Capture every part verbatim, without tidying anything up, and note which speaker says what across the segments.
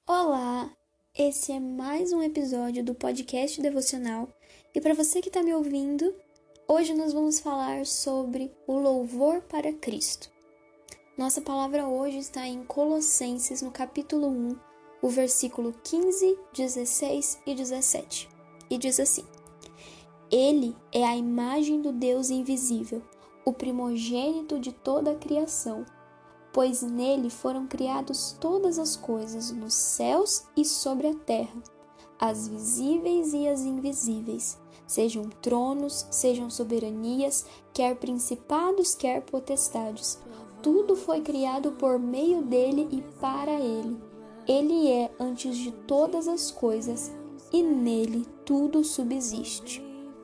Speaker 1: Olá, esse é mais um episódio do podcast devocional e para você que está me ouvindo, hoje nós vamos falar sobre o louvor para Cristo. Nossa palavra hoje está em Colossenses, no capítulo um, o versículo quinze, dezesseis e dezessete, e diz assim: Ele é a imagem do Deus invisível, o primogênito de toda a criação, pois nele foram criadas todas as coisas nos céus e sobre a terra, as visíveis e as invisíveis, sejam tronos, sejam soberanias, quer principados, quer potestades. Tudo foi criado por meio dele e para ele. Ele é antes de todas as coisas e nele tudo subsiste.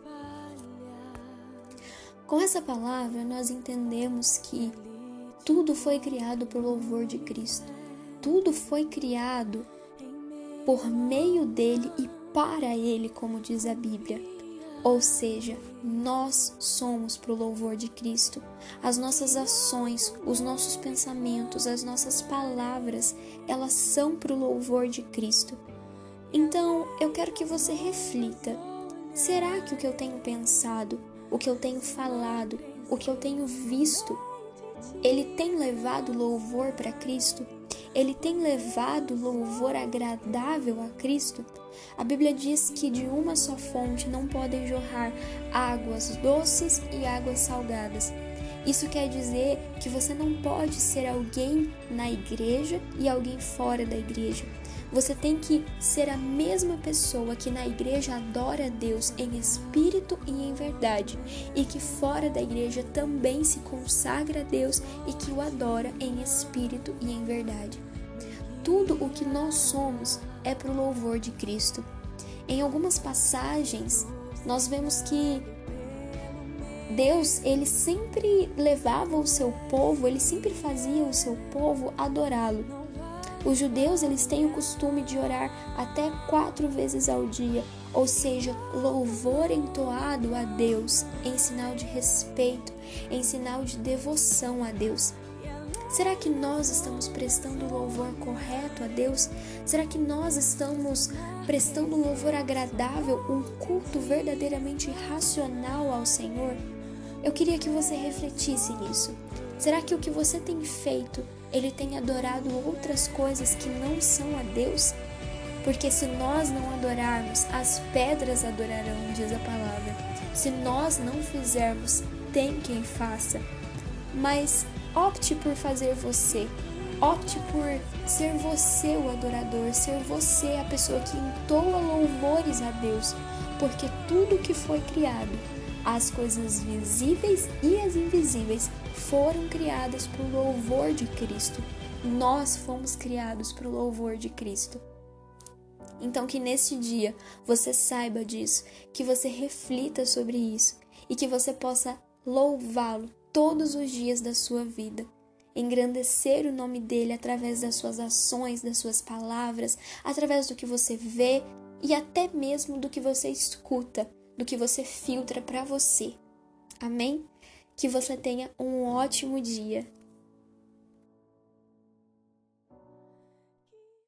Speaker 1: Com essa palavra, nós entendemos que tudo foi criado por louvor de Cristo. Tudo foi criado por meio dele e para ele, como diz a Bíblia. Ou seja, nós somos para o louvor de Cristo. As nossas ações, os nossos pensamentos, as nossas palavras, elas são para o louvor de Cristo. Então, eu quero que você reflita. Será que o que eu tenho pensado, o que eu tenho falado, o que eu tenho visto, ele tem levado louvor para Cristo? Ele tem levado louvor agradável a Cristo? A Bíblia diz que de uma só fonte não podem jorrar águas doces e águas salgadas. Isso quer dizer que você não pode ser alguém na igreja e alguém fora da igreja. Você tem que ser a mesma pessoa que na igreja adora a Deus em espírito e em verdade, e que fora da igreja também se consagra a Deus e que o adora em espírito e em verdade. Tudo o que nós somos é para o louvor de Cristo. Em algumas passagens, nós vemos que Deus, ele sempre levava o seu povo, ele sempre fazia o seu povo adorá-lo. Os judeus, eles têm o costume de orar até quatro vezes ao dia, ou seja, louvor entoado a Deus, em sinal de respeito, em sinal de devoção a Deus. Será que nós estamos prestando o louvor correto a Deus? Será que nós estamos prestando um louvor agradável, um culto verdadeiramente racional ao Senhor? Eu queria que você refletisse nisso. Será que o que você tem feito, ele tem adorado outras coisas que não são a Deus? Porque se nós não adorarmos, as pedras adorarão, diz a palavra. Se nós não fizermos, tem quem faça. Mas opte por fazer você. Opte por ser você o adorador, ser você a pessoa que entoa louvores a Deus. Porque tudo que foi criado, as coisas visíveis e as invisíveis, foram criadas para o louvor de Cristo. Nós fomos criados para o louvor de Cristo. Então que neste dia você saiba disso, que você reflita sobre isso e que você possa louvá-lo todos os dias da sua vida. Engrandecer o nome dele através das suas ações, das suas palavras, através do que você vê e até mesmo do que você escuta, do que você filtra para você. Amém? Que você tenha um ótimo dia.